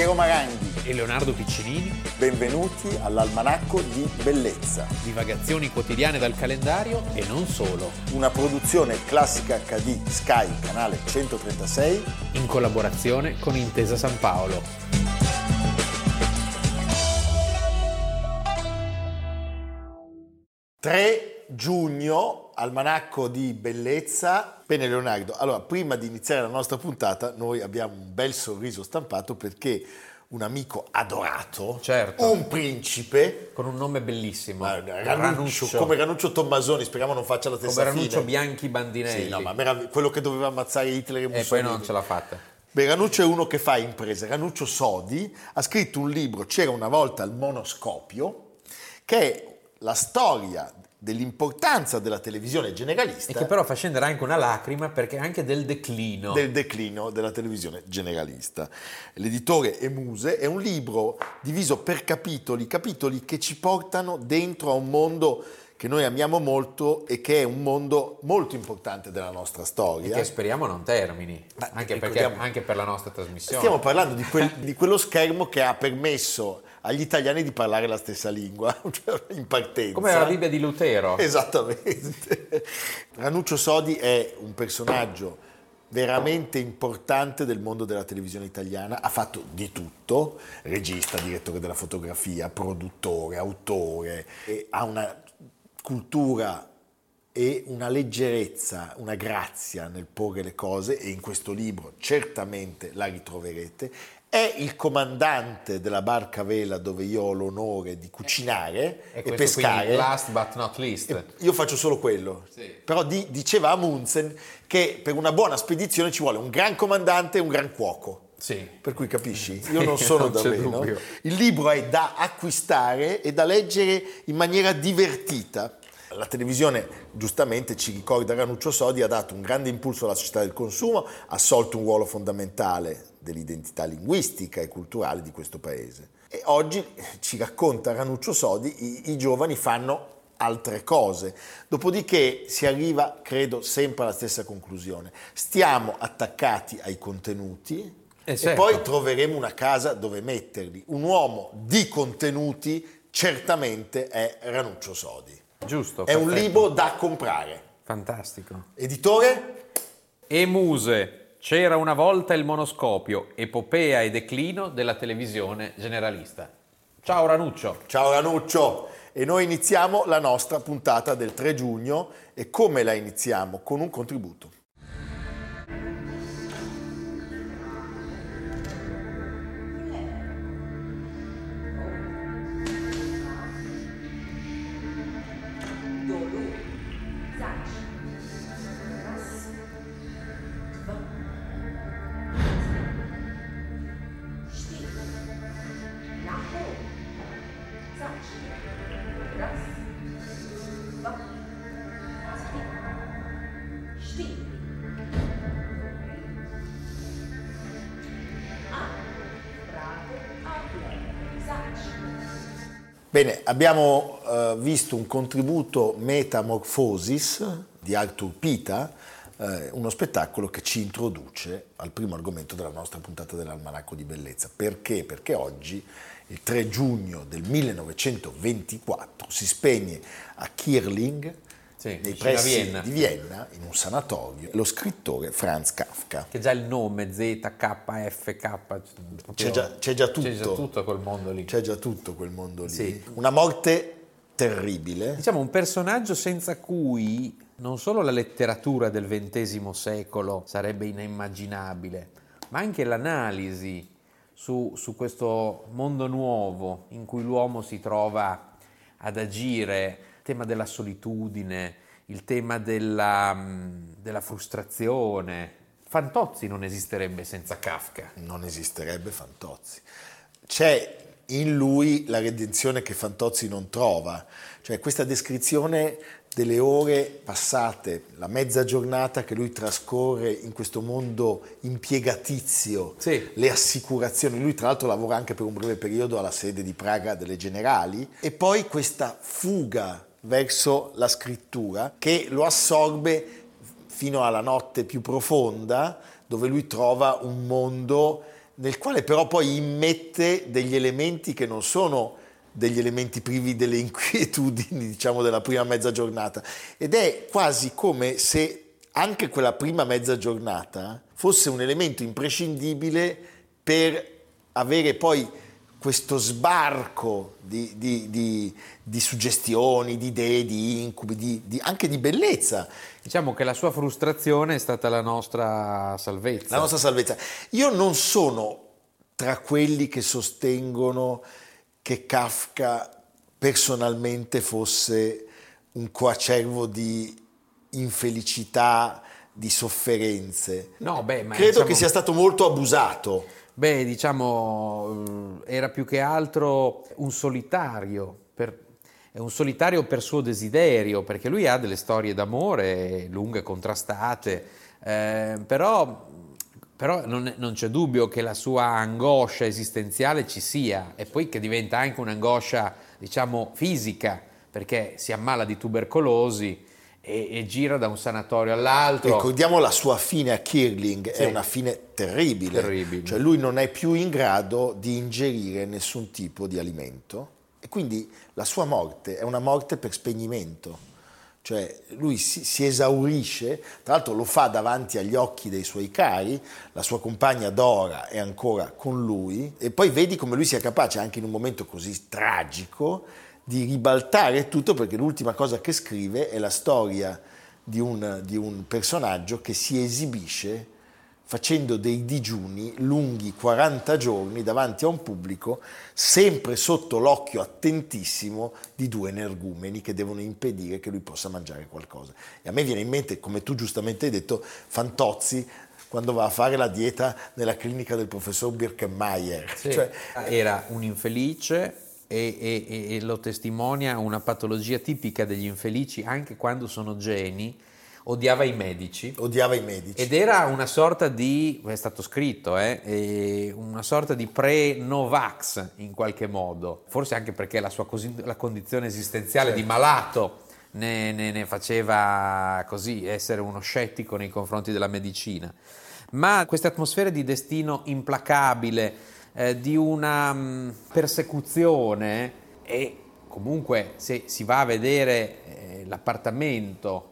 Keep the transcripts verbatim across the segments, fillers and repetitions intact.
Piero Maranghi e Leonardo Piccinini. Benvenuti all'Almanacco di Bellezza. Divagazioni quotidiane dal calendario e non solo. Una produzione Classica acca di Sky, canale centotrentasei. In collaborazione con Intesa San Paolo. tre giugno, Almanacco di Bellezza. Bene Leonardo, allora prima di iniziare la nostra puntata noi abbiamo un bel sorriso stampato perché un amico adorato, certo, un principe con un nome bellissimo, Ranuccio, Ranuccio, come Ranuccio Tommasoni, speriamo non faccia la stessa come Ranuccio fine. Bianchi Bandinelli. Sì, no, ma merav- quello che doveva ammazzare Hitler e Mussolini. E poi non ce l'ha fatta. Beh, Ranuccio è uno che fa imprese. Ranuccio Sodi ha scritto un libro, C'era una volta il monoscopio, che è la storia dell'importanza della televisione generalista e che però fa scendere anche una lacrima perché anche del declino del declino della televisione generalista. L'editore Emuse è un libro diviso per capitoli, capitoli che ci portano dentro a un mondo che noi amiamo molto e che è un mondo molto importante della nostra storia. E che speriamo non termini, Ma anche, perché, anche per la nostra trasmissione. Stiamo parlando di, quel, di quello schermo che ha permesso agli italiani di parlare la stessa lingua in partenza. Come la Bibbia di Lutero. Esattamente. Ranuccio Sodi è un personaggio veramente importante del mondo della televisione italiana, ha fatto di tutto, regista, direttore della fotografia, produttore, autore, e ha una cultura e una leggerezza, una grazia nel porre le cose, e in questo libro certamente la ritroverete. È il comandante della barca a vela dove io ho l'onore di cucinare e, e pescare. Last but not least. Io faccio solo quello. Sì. Però di, diceva Amundsen che per una buona spedizione ci vuole un gran comandante e un gran cuoco. Sì. Per cui capisci? Io non sono non da meno. Dubbio. Il libro è da acquistare e da leggere in maniera divertita. La televisione, giustamente, ci ricorda, Ranuccio Sodi ha dato un grande impulso alla società del consumo, ha assolto un ruolo fondamentale dell'identità linguistica e culturale di questo paese. E oggi, ci racconta Ranuccio Sodi, i, i giovani fanno altre cose. Dopodiché si arriva, credo, sempre alla stessa conclusione. Stiamo attaccati ai contenuti eh e certo. poi troveremo una casa dove metterli. Un uomo di contenuti certamente è Ranuccio Sodi. Giusto. È perfetto. un libro da comprare. Fantastico. Editore? Emuse. C'era una volta il monoscopio, epopea e declino della televisione generalista. Ciao Ranuccio. Ciao Ranuccio. E noi iniziamo la nostra puntata del tre giugno. E come la iniziamo? Con un contributo. Bene, abbiamo uh, visto un contributo Metamorphosis di Arthur Pita, uh, uno spettacolo che ci introduce al primo argomento della nostra puntata dell'Almanacco di Bellezza. Perché? Perché oggi, il tre giugno del millenovecentoventiquattro, si spegne a Kirling, sì, nei pressi Vienna. di Vienna, in un sanatorio, lo scrittore Franz Kafka. Che già il nome Z, K, F, K, c'è già, c'è già tutto. C'è già tutto quel mondo lì. C'è già tutto quel mondo lì. Sì. Una morte terribile. Diciamo un personaggio senza cui non solo la letteratura del ventesimo secolo sarebbe inimmaginabile, ma anche l'analisi su, su questo mondo nuovo in cui l'uomo si trova ad agire. Il tema della solitudine, il tema della, della frustrazione. Fantozzi non esisterebbe senza Kafka. Non esisterebbe Fantozzi. C'è in lui la redenzione che Fantozzi non trova, cioè questa descrizione delle ore passate, la mezza giornata che lui trascorre in questo mondo impiegatizio, sì. Le assicurazioni, lui tra l'altro lavora anche per un breve periodo alla sede di Praga delle Generali, e poi questa fuga verso la scrittura che lo assorbe fino alla notte più profonda, dove lui trova un mondo nel quale però poi immette degli elementi che non sono degli elementi privi delle inquietudini, diciamo, della prima mezza giornata, ed è quasi come se anche quella prima mezza giornata fosse un elemento imprescindibile per avere poi questo sbarco di, di, di, di suggestioni, di idee, di incubi, di, di, anche di bellezza. Diciamo che la sua frustrazione è stata la nostra salvezza. La nostra salvezza. Io non sono tra quelli che sostengono che Kafka personalmente fosse un coacervo di infelicità, di sofferenze. No, beh, ma credo diciamo... che sia stato molto abusato. Beh, diciamo, era più che altro un solitario, per, è un solitario per suo desiderio, perché lui ha delle storie d'amore lunghe, contrastate, eh, però, però non, non c'è dubbio che la sua angoscia esistenziale ci sia, e poi che diventa anche un'angoscia, diciamo, fisica, perché si ammala di tubercolosi e, e gira da un sanatorio all'altro. Ricordiamo la sua fine a Kirling, sì. È una fine terribile. terribile. Cioè lui non è più in grado di ingerire nessun tipo di alimento e quindi la sua morte è una morte per spegnimento. Cioè lui si, si esaurisce, tra l'altro lo fa davanti agli occhi dei suoi cari, la sua compagna Dora è ancora con lui, e poi vedi come lui sia capace anche in un momento così tragico di ribaltare tutto, perché l'ultima cosa che scrive è la storia di un, di un personaggio che si esibisce facendo dei digiuni lunghi quaranta giorni davanti a un pubblico, sempre sotto l'occhio attentissimo di due energumeni che devono impedire che lui possa mangiare qualcosa. E a me viene in mente, come tu giustamente hai detto, Fantozzi quando va a fare la dieta nella clinica del professor Birkenmeier. Sì. Cioè, era un infelice e, e, e lo testimonia una patologia tipica degli infelici anche quando sono geni. Odiava i medici. Odiava i medici. Ed era una sorta di, è stato scritto, eh, una sorta di pre-Novax in qualche modo. Forse anche perché la sua così, la condizione esistenziale certo. di malato ne, ne, ne faceva così essere uno scettico nei confronti della medicina. Ma questa atmosfera di destino implacabile, eh, di una mh, persecuzione, e comunque se si va a vedere eh, l'appartamento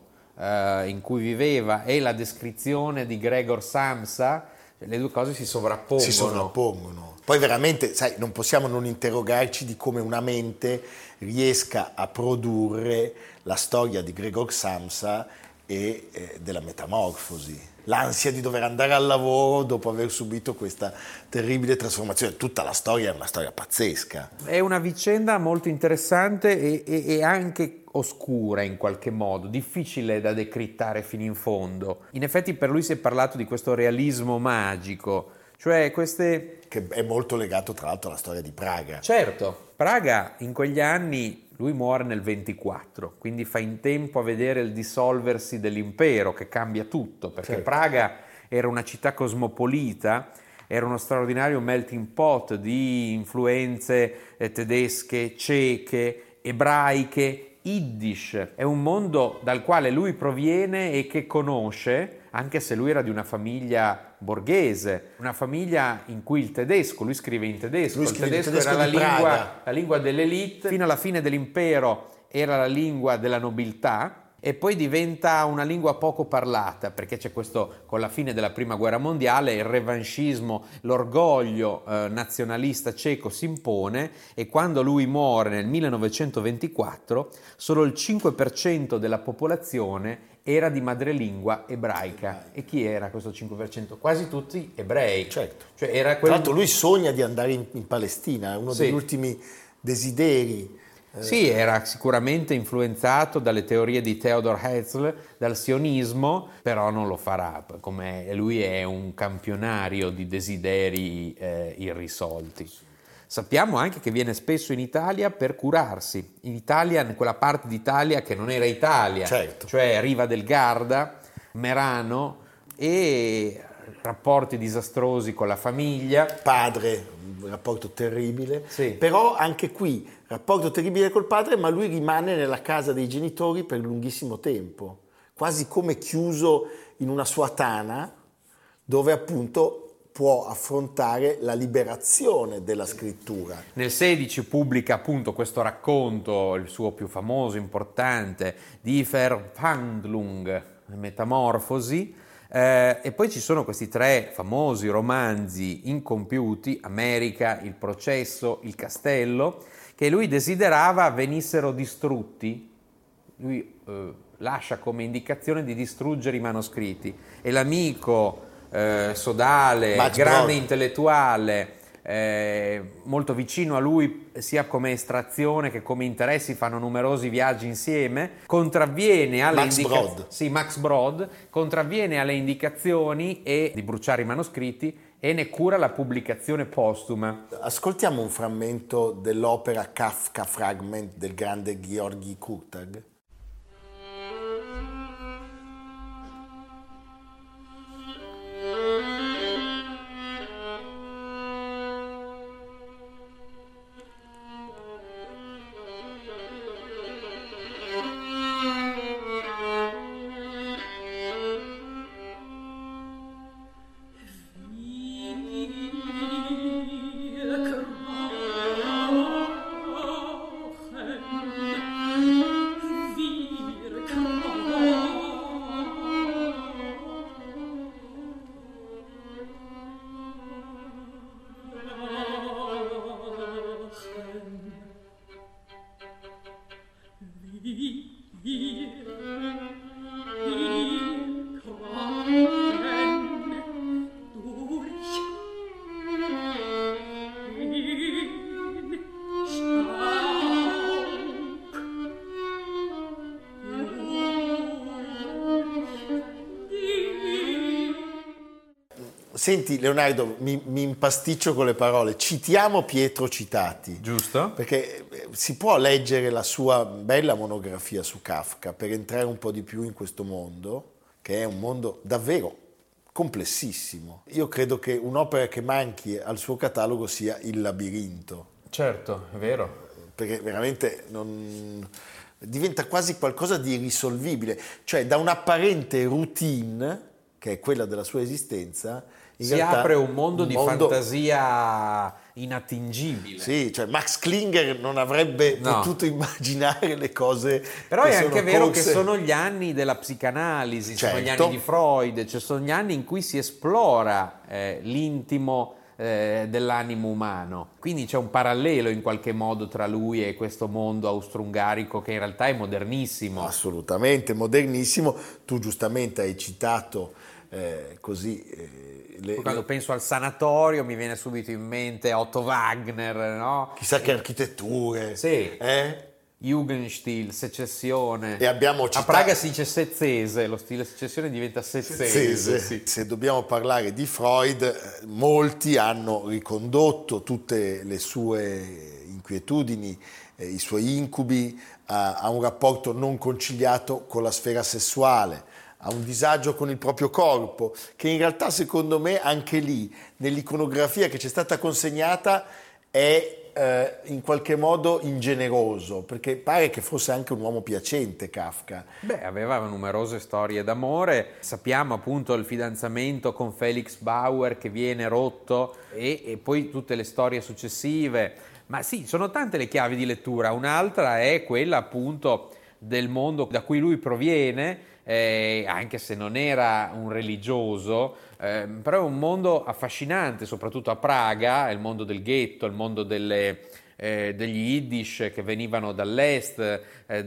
in cui viveva e la descrizione di Gregor Samsa, le due cose si sovrappongono. Si sovrappongono. Poi veramente, sai, non possiamo non interrogarci di come una mente riesca a produrre la storia di Gregor Samsa e eh, della metamorfosi. L'ansia di dover andare al lavoro dopo aver subito questa terribile trasformazione. Tutta la storia è una storia pazzesca. È una vicenda molto interessante e, e, e anche oscura in qualche modo, difficile da decrittare fino in fondo. In effetti per lui si è parlato di questo realismo magico, cioè queste... Che è molto legato tra l'altro alla storia di Praga. Certo, Praga in quegli anni, lui muore nel ventiquattro, quindi fa in tempo a vedere il dissolversi dell'impero che cambia tutto, perché certo. Praga era una città cosmopolita, era uno straordinario melting pot di influenze eh, tedesche, ceche, ebraiche, Yiddish. È un mondo dal quale lui proviene e che conosce, anche se lui era di una famiglia borghese, una famiglia in cui il tedesco, lui scrive in tedesco, lui il tedesco, tedesco era la lingua, la lingua dell'elite, fino alla fine dell'impero era la lingua della nobiltà, e poi diventa una lingua poco parlata, perché c'è questo, con la fine della prima guerra mondiale, il revanchismo, l'orgoglio eh, nazionalista ceco si impone, e quando lui muore nel millenovecentoventiquattro solo il cinque per cento della popolazione era di madrelingua ebraica. E chi era questo cinque per cento? Quasi tutti ebrei. Certo. Cioè era quel... Tra l'altro lui sogna di andare in, in Palestina, è uno sì. degli ultimi desideri. Sì, era sicuramente influenzato dalle teorie di Theodor Herzl, dal sionismo, però non lo farà, come lui è un campionario di desideri eh, irrisolti. Sappiamo anche che viene spesso in Italia per curarsi, in Italia, in quella parte d'Italia che non era Italia, certo. Cioè Riva del Garda, Merano, e rapporti disastrosi con la famiglia. Padre, un rapporto terribile, sì. Però anche qui rapporto terribile col padre, ma lui rimane nella casa dei genitori per lunghissimo tempo, quasi come chiuso in una sua tana, dove appunto può affrontare la liberazione della scrittura. Nel sedici pubblica appunto questo racconto, il suo più famoso, importante, Die Verwandlung, Metamorfosi, eh, e poi ci sono questi tre famosi romanzi incompiuti, America, Il processo, Il castello, che lui desiderava venissero distrutti. Lui eh, lascia come indicazione di distruggere i manoscritti, e l'amico eh, sodale, Max grande Brod. intellettuale, eh, molto vicino a lui sia come estrazione che come interessi, fanno numerosi viaggi insieme, contravviene alle Max indicazioni, Brod. sì, Max Brod, contravviene alle indicazioni e di bruciare i manoscritti e ne cura la pubblicazione postuma. Ascoltiamo un frammento dell'opera Kafka Fragment del grande Georgi Kurtag. Senti Leonardo, mi, mi impasticcio con le parole, citiamo Pietro Citati. Giusto? Perché si può leggere la sua bella monografia su Kafka per entrare un po' di più in questo mondo, che è un mondo davvero complessissimo. Io credo che un'opera che manchi al suo catalogo sia Il labirinto. Certo, è vero. Perché veramente non... diventa quasi qualcosa di irrisolvibile. Cioè da un'apparente routine, che è quella della sua esistenza, in si realtà apre un mondo un di mondo... fantasia inattingibile. Sì, cioè Max Klinger non avrebbe No. potuto immaginare le cose. Però che è sono anche vero corse. che sono gli anni della psicanalisi, sono gli Certo. anni di Freud, cioè sono gli anni in cui si esplora eh, l'intimo eh, dell'animo umano. Quindi c'è un parallelo in qualche modo tra lui e questo mondo austro-ungarico che in realtà è modernissimo. Assolutamente modernissimo. Tu giustamente hai citato eh, così eh, le, Quando le... penso al sanatorio mi viene subito in mente Otto Wagner, no? chissà che architetture. Sì. Eh? Jugendstil, secessione. E abbiamo A citato... Praga si dice sezzese, lo stile secessione diventa sezzese. Sezzese. Sì. Se dobbiamo parlare di Freud, eh, molti hanno ricondotto tutte le sue inquietudini, eh, i suoi incubi a, a un rapporto non conciliato con la sfera sessuale, a un disagio con il proprio corpo, che in realtà secondo me anche lì, nell'iconografia che ci è stata consegnata, è eh, in qualche modo ingeneroso, perché pare che fosse anche un uomo piacente Kafka. Beh, aveva numerose storie d'amore, sappiamo appunto il fidanzamento con Felix Bauer che viene rotto e, e poi tutte le storie successive, ma sì, sono tante le chiavi di lettura, un'altra è quella appunto del mondo da cui lui proviene, eh, anche se non era un religioso, eh, però è un mondo affascinante, soprattutto a Praga, è il mondo del ghetto, il mondo delle, eh, degli Yiddish che venivano dall'est eh,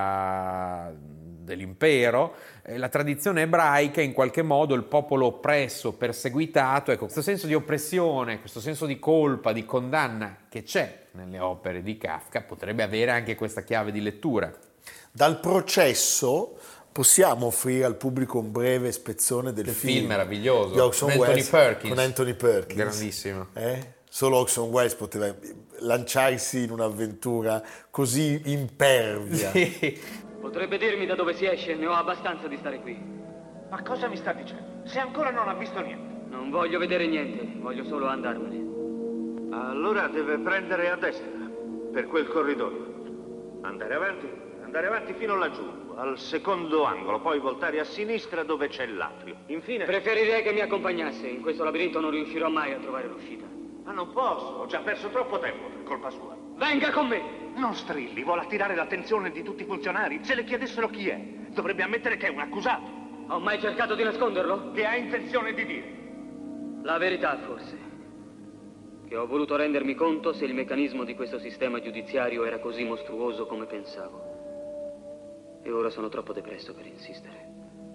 della, dell'impero, eh, la tradizione ebraica, in qualche modo il popolo oppresso, perseguitato, ecco, questo senso di oppressione, questo senso di colpa, di condanna che c'è nelle opere di Kafka, potrebbe avere anche questa chiave di lettura. Dal processo possiamo offrire al pubblico un breve spezzone del Il film, film meraviglioso, di Orson Anthony Welles, Perkins. con Anthony Perkins. Grandissimo. Eh? Solo Orson Welles poteva lanciarsi in un'avventura così impervia. Sì. Potrebbe dirmi da dove si esce? Ne ho abbastanza di stare qui. Ma cosa mi sta dicendo? Se ancora non ha visto niente. Non voglio vedere niente, voglio solo andarmene. Allora deve prendere a destra, per quel corridoio. Andare avanti, andare avanti fino laggiù. giù, al secondo angolo, poi voltare a sinistra dove c'è l'atrio. Infine... Preferirei che mi accompagnasse. In questo labirinto non riuscirò mai a trovare l'uscita. Ma non posso, ho già perso troppo tempo per colpa sua. Venga con me! Non strilli, vuole attirare l'attenzione di tutti i funzionari. Se le chiedessero chi è, dovrebbe ammettere che è un accusato. Ho mai cercato di nasconderlo? Che ha intenzione di dire? La verità, forse. Che ho voluto rendermi conto se il meccanismo di questo sistema giudiziario era così mostruoso come pensavo. E ora sono troppo depresso per insistere.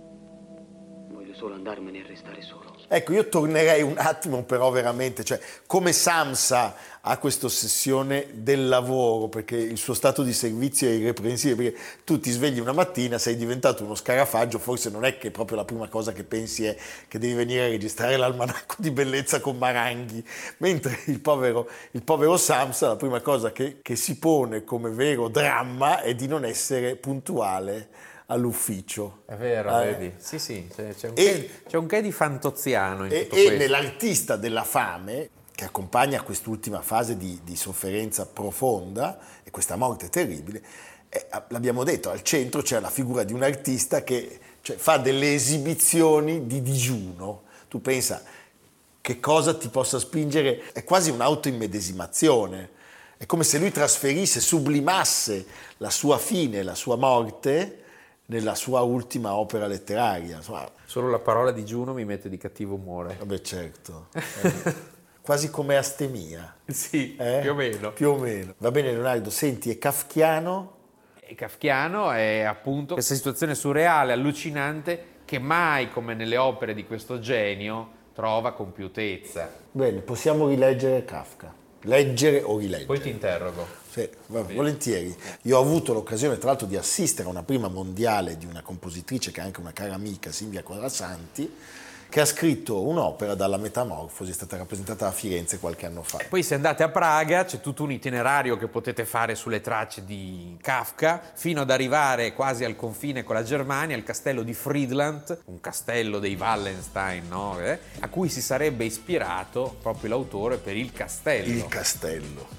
Voglio solo andarmene e restare solo. Ecco, io tornerei un attimo però veramente, cioè come Samsa ha questa ossessione del lavoro, perché il suo stato di servizio è irreprensibile, perché tu ti svegli una mattina, sei diventato uno scarafaggio, forse non è che proprio la prima cosa che pensi è che devi venire a registrare l'almanacco di bellezza con Maranghi, mentre il povero, il povero Samsa la prima cosa che, che si pone come vero dramma è di non essere puntuale all'ufficio. È vero, eh. vedi? Sì, sì, c'è, c'è, un, E, che, c'è un che di fantoziano in e, tutto e questo. nell'artista della fame, che accompagna quest'ultima fase di, di sofferenza profonda e questa morte terribile, eh, l'abbiamo detto, al centro c'è la figura di un artista che cioè, fa delle esibizioni di digiuno. Tu pensa che cosa ti possa spingere, è quasi un'autoimmedesimazione. È come se lui trasferisse, sublimasse la sua fine, la sua morte nella sua ultima opera letteraria. Insomma, Solo la parola digiuno mi mette di cattivo umore. vabbè, certo. Eh, quasi come astemia. Sì, eh? più o meno. Più o meno. Va bene, Leonardo, senti, è kafkiano? E kafkiano è appunto questa situazione surreale, allucinante, che mai, come nelle opere di questo genio, trova compiutezza. Bene, possiamo rileggere Kafka. Leggere o rileggere. Poi ti interrogo. Sì, vabbè, volentieri. Io ho avuto l'occasione tra l'altro di assistere a una prima mondiale di una compositrice che è anche una cara amica, Silvia Quadrasanti, che ha scritto un'opera dalla Metamorfosi, è stata rappresentata a Firenze qualche anno fa. Poi se andate a Praga c'è tutto un itinerario che potete fare sulle tracce di Kafka fino ad arrivare quasi al confine con la Germania, al castello di Friedland, un castello dei Wallenstein, no? eh? a cui si sarebbe ispirato proprio l'autore per il castello. Il castello.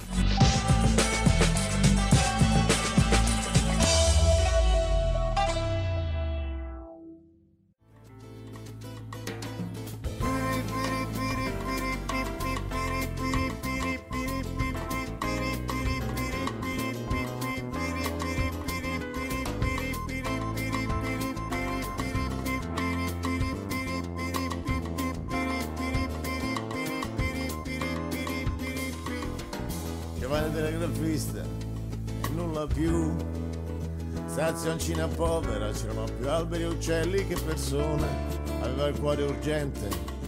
Telegrafista e nulla più, stazioncina povera, c'erano più alberi e uccelli che persone, aveva il cuore urgente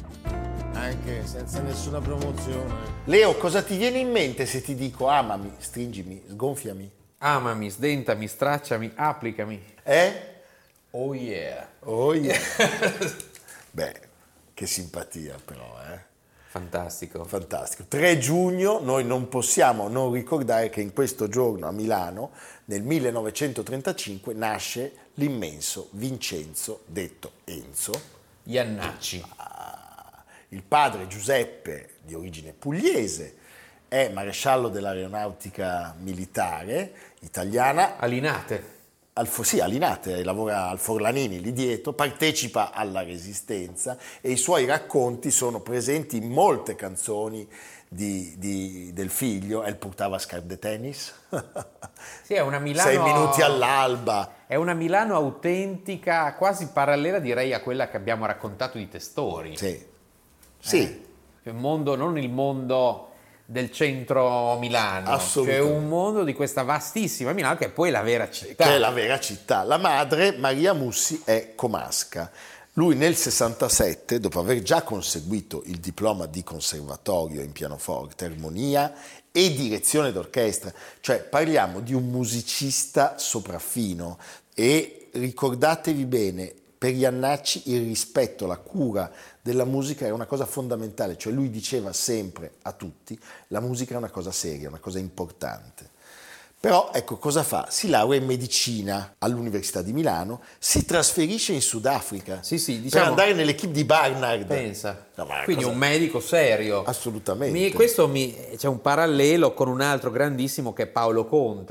anche senza nessuna promozione. Leo, cosa ti viene in mente se ti dico amami, stringimi, sgonfiami? Amami, sdentami, stracciami, applicami. Eh? Oh yeah. Oh yeah. Beh, che simpatia però, eh? Fantastico. Fantastico. tre giugno, noi non possiamo non ricordare che in questo giorno a Milano, nel millenovecentotrentacinque, nasce l'immenso Vincenzo, detto Enzo. Iannacci. Il padre Giuseppe, di origine pugliese, è maresciallo dell'aeronautica militare italiana. A Linate. Al, sì, a Linate, lavora al Forlanini lì dietro, partecipa alla Resistenza e i suoi racconti sono presenti in molte canzoni di, di, del figlio. El portava scarpe de tennis. Sì, è una Milano... Sei minuti all'alba. È una Milano autentica, quasi parallela direi a quella che abbiamo raccontato di Testori. Sì. Sì. Eh, il mondo, non il mondo del centro Milano, cioè un mondo di questa vastissima Milano che è poi la vera città. Che è la vera città. La madre, Maria Mussi, è comasca. Lui nel sessantasette, dopo aver già conseguito il diploma di conservatorio in pianoforte, armonia e direzione d'orchestra, cioè parliamo di un musicista sopraffino, e ricordatevi bene, per Iannacci il rispetto, la cura della musica era una cosa fondamentale, cioè lui diceva sempre a tutti la musica è una cosa seria, una cosa importante. Però ecco cosa fa? Si laurea in medicina all'Università di Milano, si trasferisce in Sudafrica sì, sì, diciamo, per andare nell'equipe di Barnard. Pensa, no, quindi cosa... un medico serio. Assolutamente. Mi, questo mi, c'è un parallelo con un altro grandissimo che è Paolo Conte.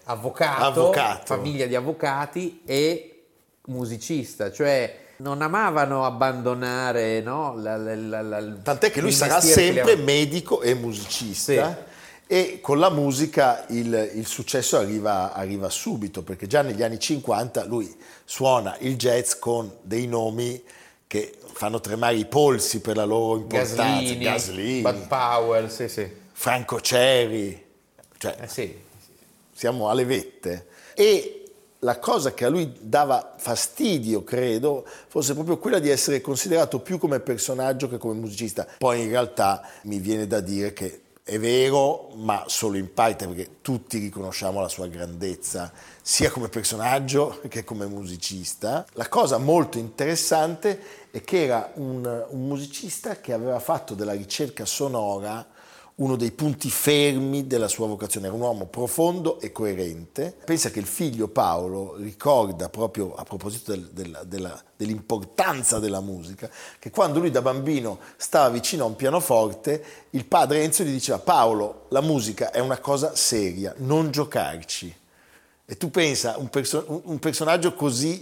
avvocato, Avvocato. famiglia di avvocati e musicista, cioè non amavano abbandonare, no, la, la, la, la, Tant'è che lui il sarà mestiere che sempre li- medico e musicista. Sì. E con la musica il, il successo arriva, arriva subito, perché già negli anni cinquanta lui suona il jazz con dei nomi che fanno tremare i polsi per la loro importanza. Gaslini, Gaslini, Bud Powell, sì, sì. Franco Ceri, cioè Eh sì. siamo alle vette. E la cosa che a lui dava fastidio, credo, fosse proprio quella di essere considerato più come personaggio che come musicista. Poi in realtà mi viene da dire che è vero, ma solo in parte, perché tutti riconosciamo la sua grandezza, sia come personaggio che come musicista. La cosa molto interessante è che era un, un musicista che aveva fatto della ricerca sonora uno dei punti fermi della sua vocazione. Era un uomo profondo e coerente. Pensa che il figlio Paolo ricorda, proprio a proposito del, della, della, dell'importanza della musica, che quando lui da bambino stava vicino a un pianoforte, il padre Enzo gli diceva: Paolo, la musica è una cosa seria, non giocarci. E tu pensa, un, perso- un personaggio così,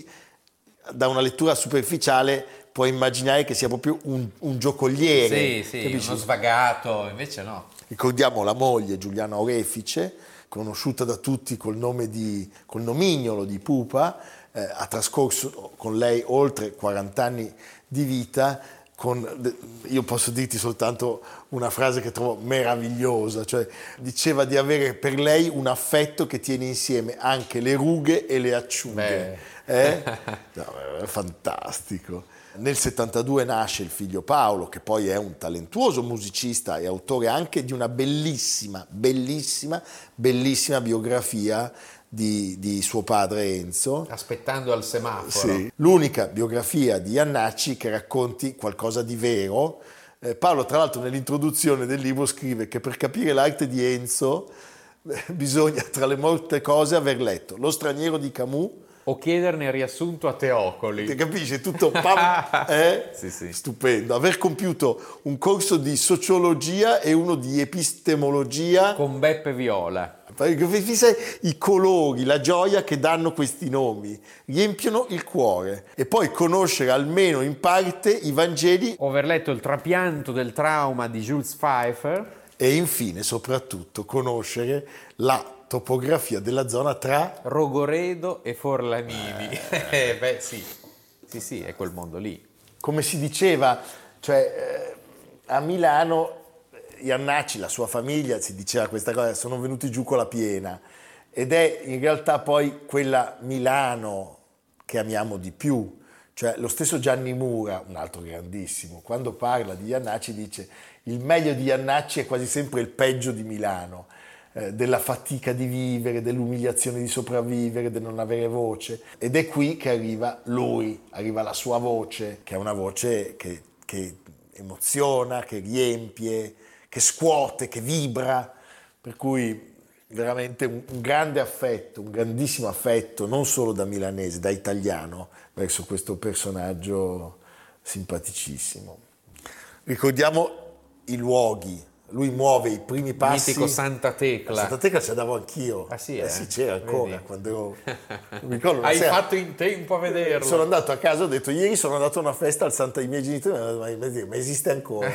da una lettura superficiale, puoi immaginare che sia proprio un, un giocoliere. Sì, sì, capisci? uno svagato, invece no. Ricordiamo la moglie Giuliana Orefice, conosciuta da tutti col nome di, col nomignolo di Pupa, eh, ha trascorso con lei oltre quaranta anni di vita. Con, io posso dirti soltanto una frase che trovo meravigliosa, cioè diceva di avere per lei un affetto che tiene insieme anche le rughe e le acciughe. Eh? No, è fantastico. Nel settantadue nasce il figlio Paolo, che poi è un talentuoso musicista e autore anche di una bellissima, bellissima, bellissima biografia di, di suo padre Enzo. Aspettando al semaforo. Sì. L'unica biografia di Jannacci che racconti qualcosa di vero. Eh, Paolo, tra l'altro, nell'introduzione del libro scrive che per capire l'arte di Enzo eh, bisogna, tra le molte cose, aver letto Lo straniero di Camus, O chiederne riassunto a Teocoli. ti capisci? Tutto pam, eh? Sì, sì. Stupendo. Aver compiuto un corso di sociologia e uno di epistemologia. Con Beppe Viola. I colori, la gioia che danno questi nomi riempiono il cuore. E poi conoscere almeno in parte i Vangeli. O aver letto Il trapianto del trauma di Jules Pfeiffer. E infine, soprattutto, conoscere la topografia della zona tra Rogoredo e Forlanini. Eh, beh, sì. Sì, sì, è quel mondo lì. come si diceva, cioè eh, a Milano Jannacci, la sua famiglia, si diceva questa cosa, sono venuti giù con la piena, ed è in realtà poi quella Milano che amiamo di più. Cioè lo stesso Gianni Mura, un altro grandissimo, quando parla di Jannacci dice: il meglio di Jannacci è quasi sempre il peggio di Milano, eh, della fatica di vivere, dell'umiliazione di sopravvivere, del non avere voce. Ed è qui che arriva lui, arriva la sua voce, che è una voce che, che emoziona, che riempie, che scuote, che vibra, per cui veramente un, un grande affetto, un grandissimo affetto, non solo da milanese, da italiano, verso questo personaggio simpaticissimo. Ricordiamo i luoghi, lui muove i primi passi. Mitico Santa Tecla. Santa Tecla ci andavo anch'io. Ah sì, eh? eh? sì, c'era ancora. Vedi? Quando ero... mi ricordo una Hai sera- fatto in tempo a vederlo. Sono andato a casa, ho detto ieri sono andato a una festa al Santa, i miei genitori mi hanno detto: ma esiste ancora?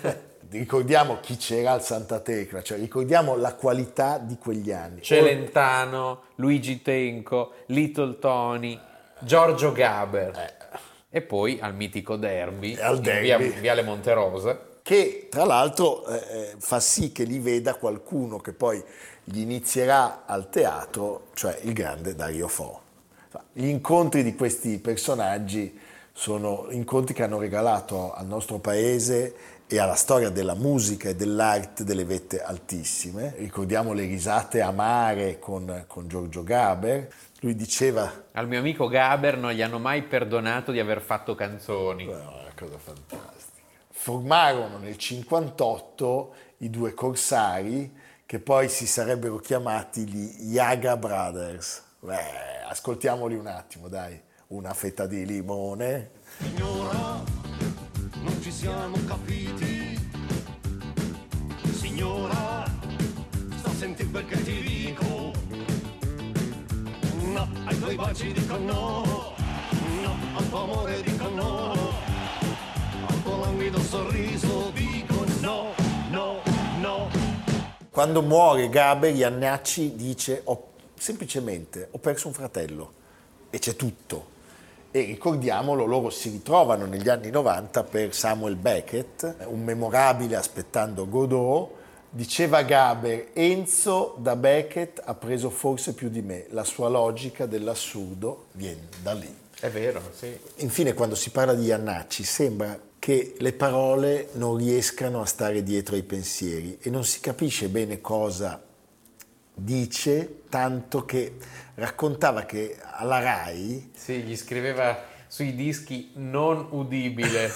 Ricordiamo chi c'era al Santa Tecla, cioè ricordiamo la qualità di quegli anni. Celentano, Luigi Tenco, Little Tony, Giorgio Gaber. Eh. E poi al mitico Derby, Al in Derby. via, Viale Monterosa. Che tra l'altro eh, fa sì che li veda qualcuno che poi gli inizierà al teatro, cioè il grande Dario Fo. Gli incontri di questi personaggi sono incontri che hanno regalato al nostro paese e alla storia della musica e dell'arte delle vette altissime. Ricordiamo le risate amare con, con Giorgio Gaber. Lui diceva: Al mio amico Gaber non gli hanno mai perdonato di aver fatto canzoni. no, è una cosa fantastica. Formarono nel cinquantotto i due corsari che poi si sarebbero chiamati gli Yaga Brothers. Beh, ascoltiamoli un attimo, dai. Una fetta di limone. Signora, non ci siamo capiti. Signora, sta a sentire quel che ti dico. no, ai tuoi baci dico no, no, al tuo amore dico no, al tuo languido sorriso dico no, no, no. Quando muore Gaber, Jannacci dice ho, semplicemente ho perso un fratello e c'è tutto. E ricordiamolo, loro si ritrovano negli anni novanta per Samuel Beckett, un memorabile Aspettando Godot. Diceva Gaber, Enzo da Beckett ha preso forse più di me, la sua logica dell'assurdo viene da lì. È vero, sì. Infine, quando si parla di Jannacci, sembra che le parole non riescano a stare dietro ai pensieri e non si capisce bene cosa dice, tanto che raccontava che alla Rai... Sì, gli scriveva sui dischi non udibile.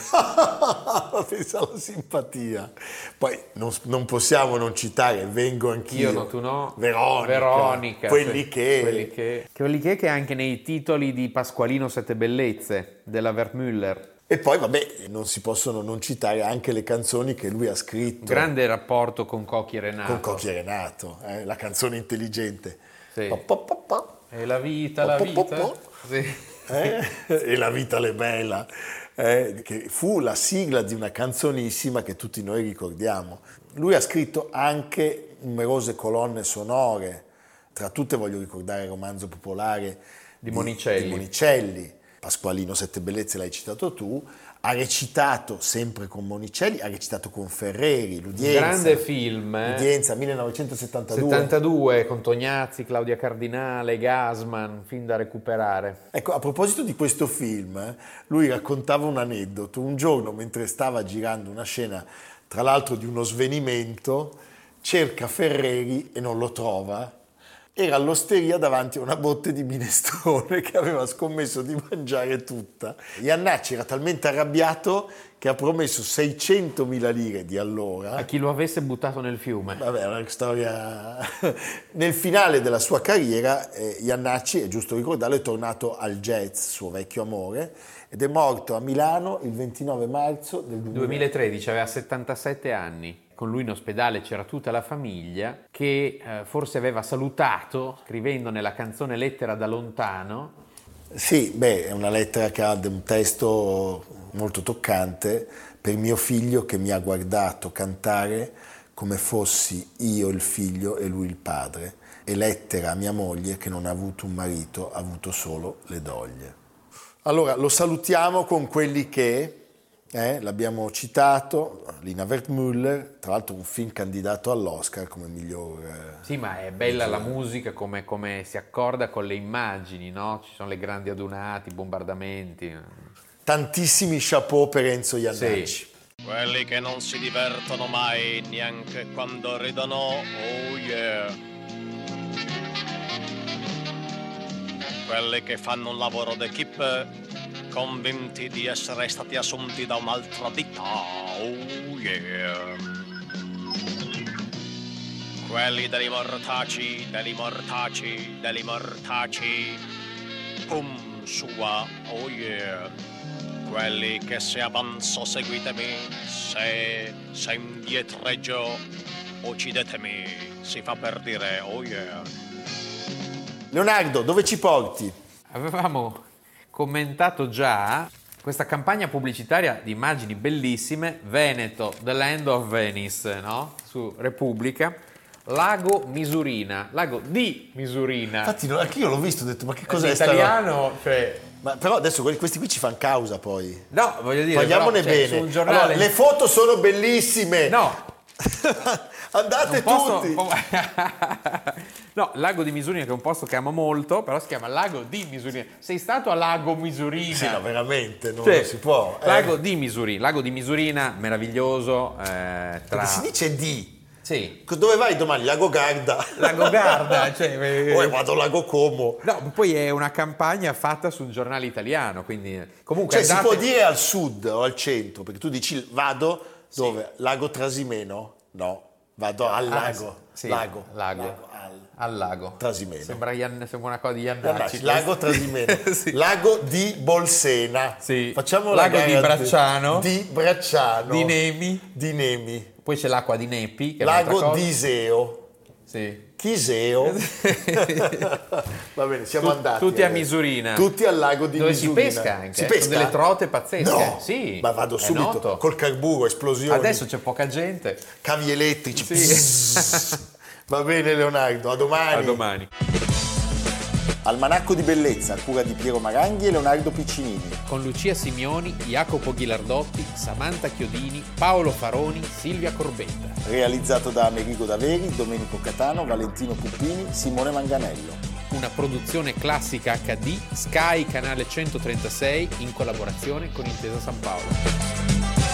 Pensa alla simpatia. Poi non, non possiamo non citare Vengo anch'io. Io no, tu no. Veronica. Veronica. Quelli sì. che... Quelli che... Quelli che, che anche nei titoli di Pasqualino Sette Bellezze, della Wertmüller. E poi, vabbè, non si possono non citare anche le canzoni che lui ha scritto. Grande rapporto con Cocchi e Renato. Con Cocchi e Renato, eh, la canzone intelligente. Sì. Po, po, po, po. E la vita, la Po, po, vita. po, po. Sì. Eh? E la vita le bella, eh? Che fu la sigla di una canzonissima che tutti noi ricordiamo. Lui ha scritto anche numerose colonne sonore, tra tutte voglio ricordare il romanzo popolare di Monicelli. Di Monicelli. Pasqualino Sette Bellezze l'hai citato tu, ha recitato sempre con Monicelli, ha recitato con Ferreri, l'udienza. Grande film. Eh? L'udienza, millenovecentosettantadue. settantadue, con Tognazzi, Claudia Cardinale, Gasman, film da recuperare. Ecco, a proposito di questo film, eh, lui raccontava un aneddoto. Un giorno, mentre stava girando una scena, tra l'altro di uno svenimento, cerca Ferreri e non lo trova. Era all'osteria davanti a una botte di minestrone che aveva scommesso di mangiare tutta. Jannacci era talmente arrabbiato che ha promesso seicentomila lire di allora. A chi lo avesse buttato nel fiume. Vabbè, è una storia... Nel finale della sua carriera, eh, Jannacci, è giusto ricordarlo, è tornato al jazz, suo vecchio amore, ed è morto a Milano il ventinove marzo del duemilatredici, aveva settantasette anni. Con lui in ospedale c'era tutta la famiglia che eh, forse aveva salutato scrivendo nella canzone Lettera da lontano. Sì, beh, è una lettera che ha un testo molto toccante per mio figlio che mi ha guardato cantare come fossi io il figlio e lui il padre, e lettera a mia moglie che non ha avuto un marito, ha avuto solo le doglie. Allora, lo salutiamo con quelli che... Eh, l'abbiamo citato, Lina Wertmüller, tra l'altro un film candidato all'Oscar come miglior... Eh, sì, ma è bella la musica come, come si accorda con le immagini, no? Ci sono le grandi adunati, i bombardamenti. Tantissimi chapeau per Enzo Jannacci. Sì. Quelli che non si divertono mai neanche quando ridono, oh yeah. Quelli che fanno un lavoro d'equipe convinti di essere stati assunti da un'altra ditta, oh yeah. Quelli degli mortaci, degli mortaci, degli mortaci, pum, sua, oh yeah. Quelli che se avanzo seguitemi, se, se indietreggio uccidetemi, si fa per dire, oh yeah. Leonardo, dove ci porti? Avevamo commentato già questa campagna pubblicitaria di immagini bellissime, Veneto, The Land of Venice, no? Su Repubblica, Lago Misurina, Lago di Misurina. Infatti anche io l'ho visto, ho detto ma che cos'è in italiano, cioè... Ma però adesso questi qui ci fanno causa poi. No, voglio dire, parliamone però, cioè, bene. su un giornale... Allora, le foto sono bellissime. No. Andate posto, tutti. po- no, Lago di Misurina, che è un posto che amo molto, però si chiama Lago di Misurina. Sei stato a Lago Misurina? Sì, no, veramente, non Cioè, si può. Lago eh. di Misurina, Lago di Misurina, meraviglioso. Eh, tra... Perché si dice di. Sì. Dove vai domani? Lago Garda. Lago Garda, cioè... Poi vado a Lago Como. No, poi è una campagna fatta su un giornale italiano, quindi comunque Cioè andate... si può dire al sud o al centro, perché tu dici vado dove? Sì. Lago Trasimeno? No. Vado al lago. Ah, sì, lago. Lago. lago al... al lago. Trasimeno. Sembra, Ian... Sembra una cosa di Jannacci. Lago Trasimeno. Sì. Lago di Bolsena. Sì. Facciamo Lago la di Bracciano. Di Bracciano. Di Nemi. Di Nemi. Poi c'è l'acqua di Nepi. Che Lago è di Iseo. Sì. Chiseo. Va bene, siamo Tut- andati. tutti a adesso. Misurina. Tutti al lago di Dove Misurina. si pesca anche. Si eh? pesca? Sono delle trote pazzesche. No, Sì, ma vado è subito noto. col carburo, esplosioni. Adesso c'è poca gente. Cavi elettrici. Sì. Pzzz. Va bene Leonardo, a domani. A domani. Almanacco di bellezza, a cura di Piero Maranghi e Leonardo Piccinini. Con Lucia Simioni, Jacopo Ghilardotti, Samantha Chiodini, Paolo Faroni, Silvia Corbetta. Realizzato da Amerigo Daveri, Domenico Catano, Valentino Puppini, Simone Manganello. Una produzione classica acca di Sky Canale centotrentasei in collaborazione con Intesa San Paolo.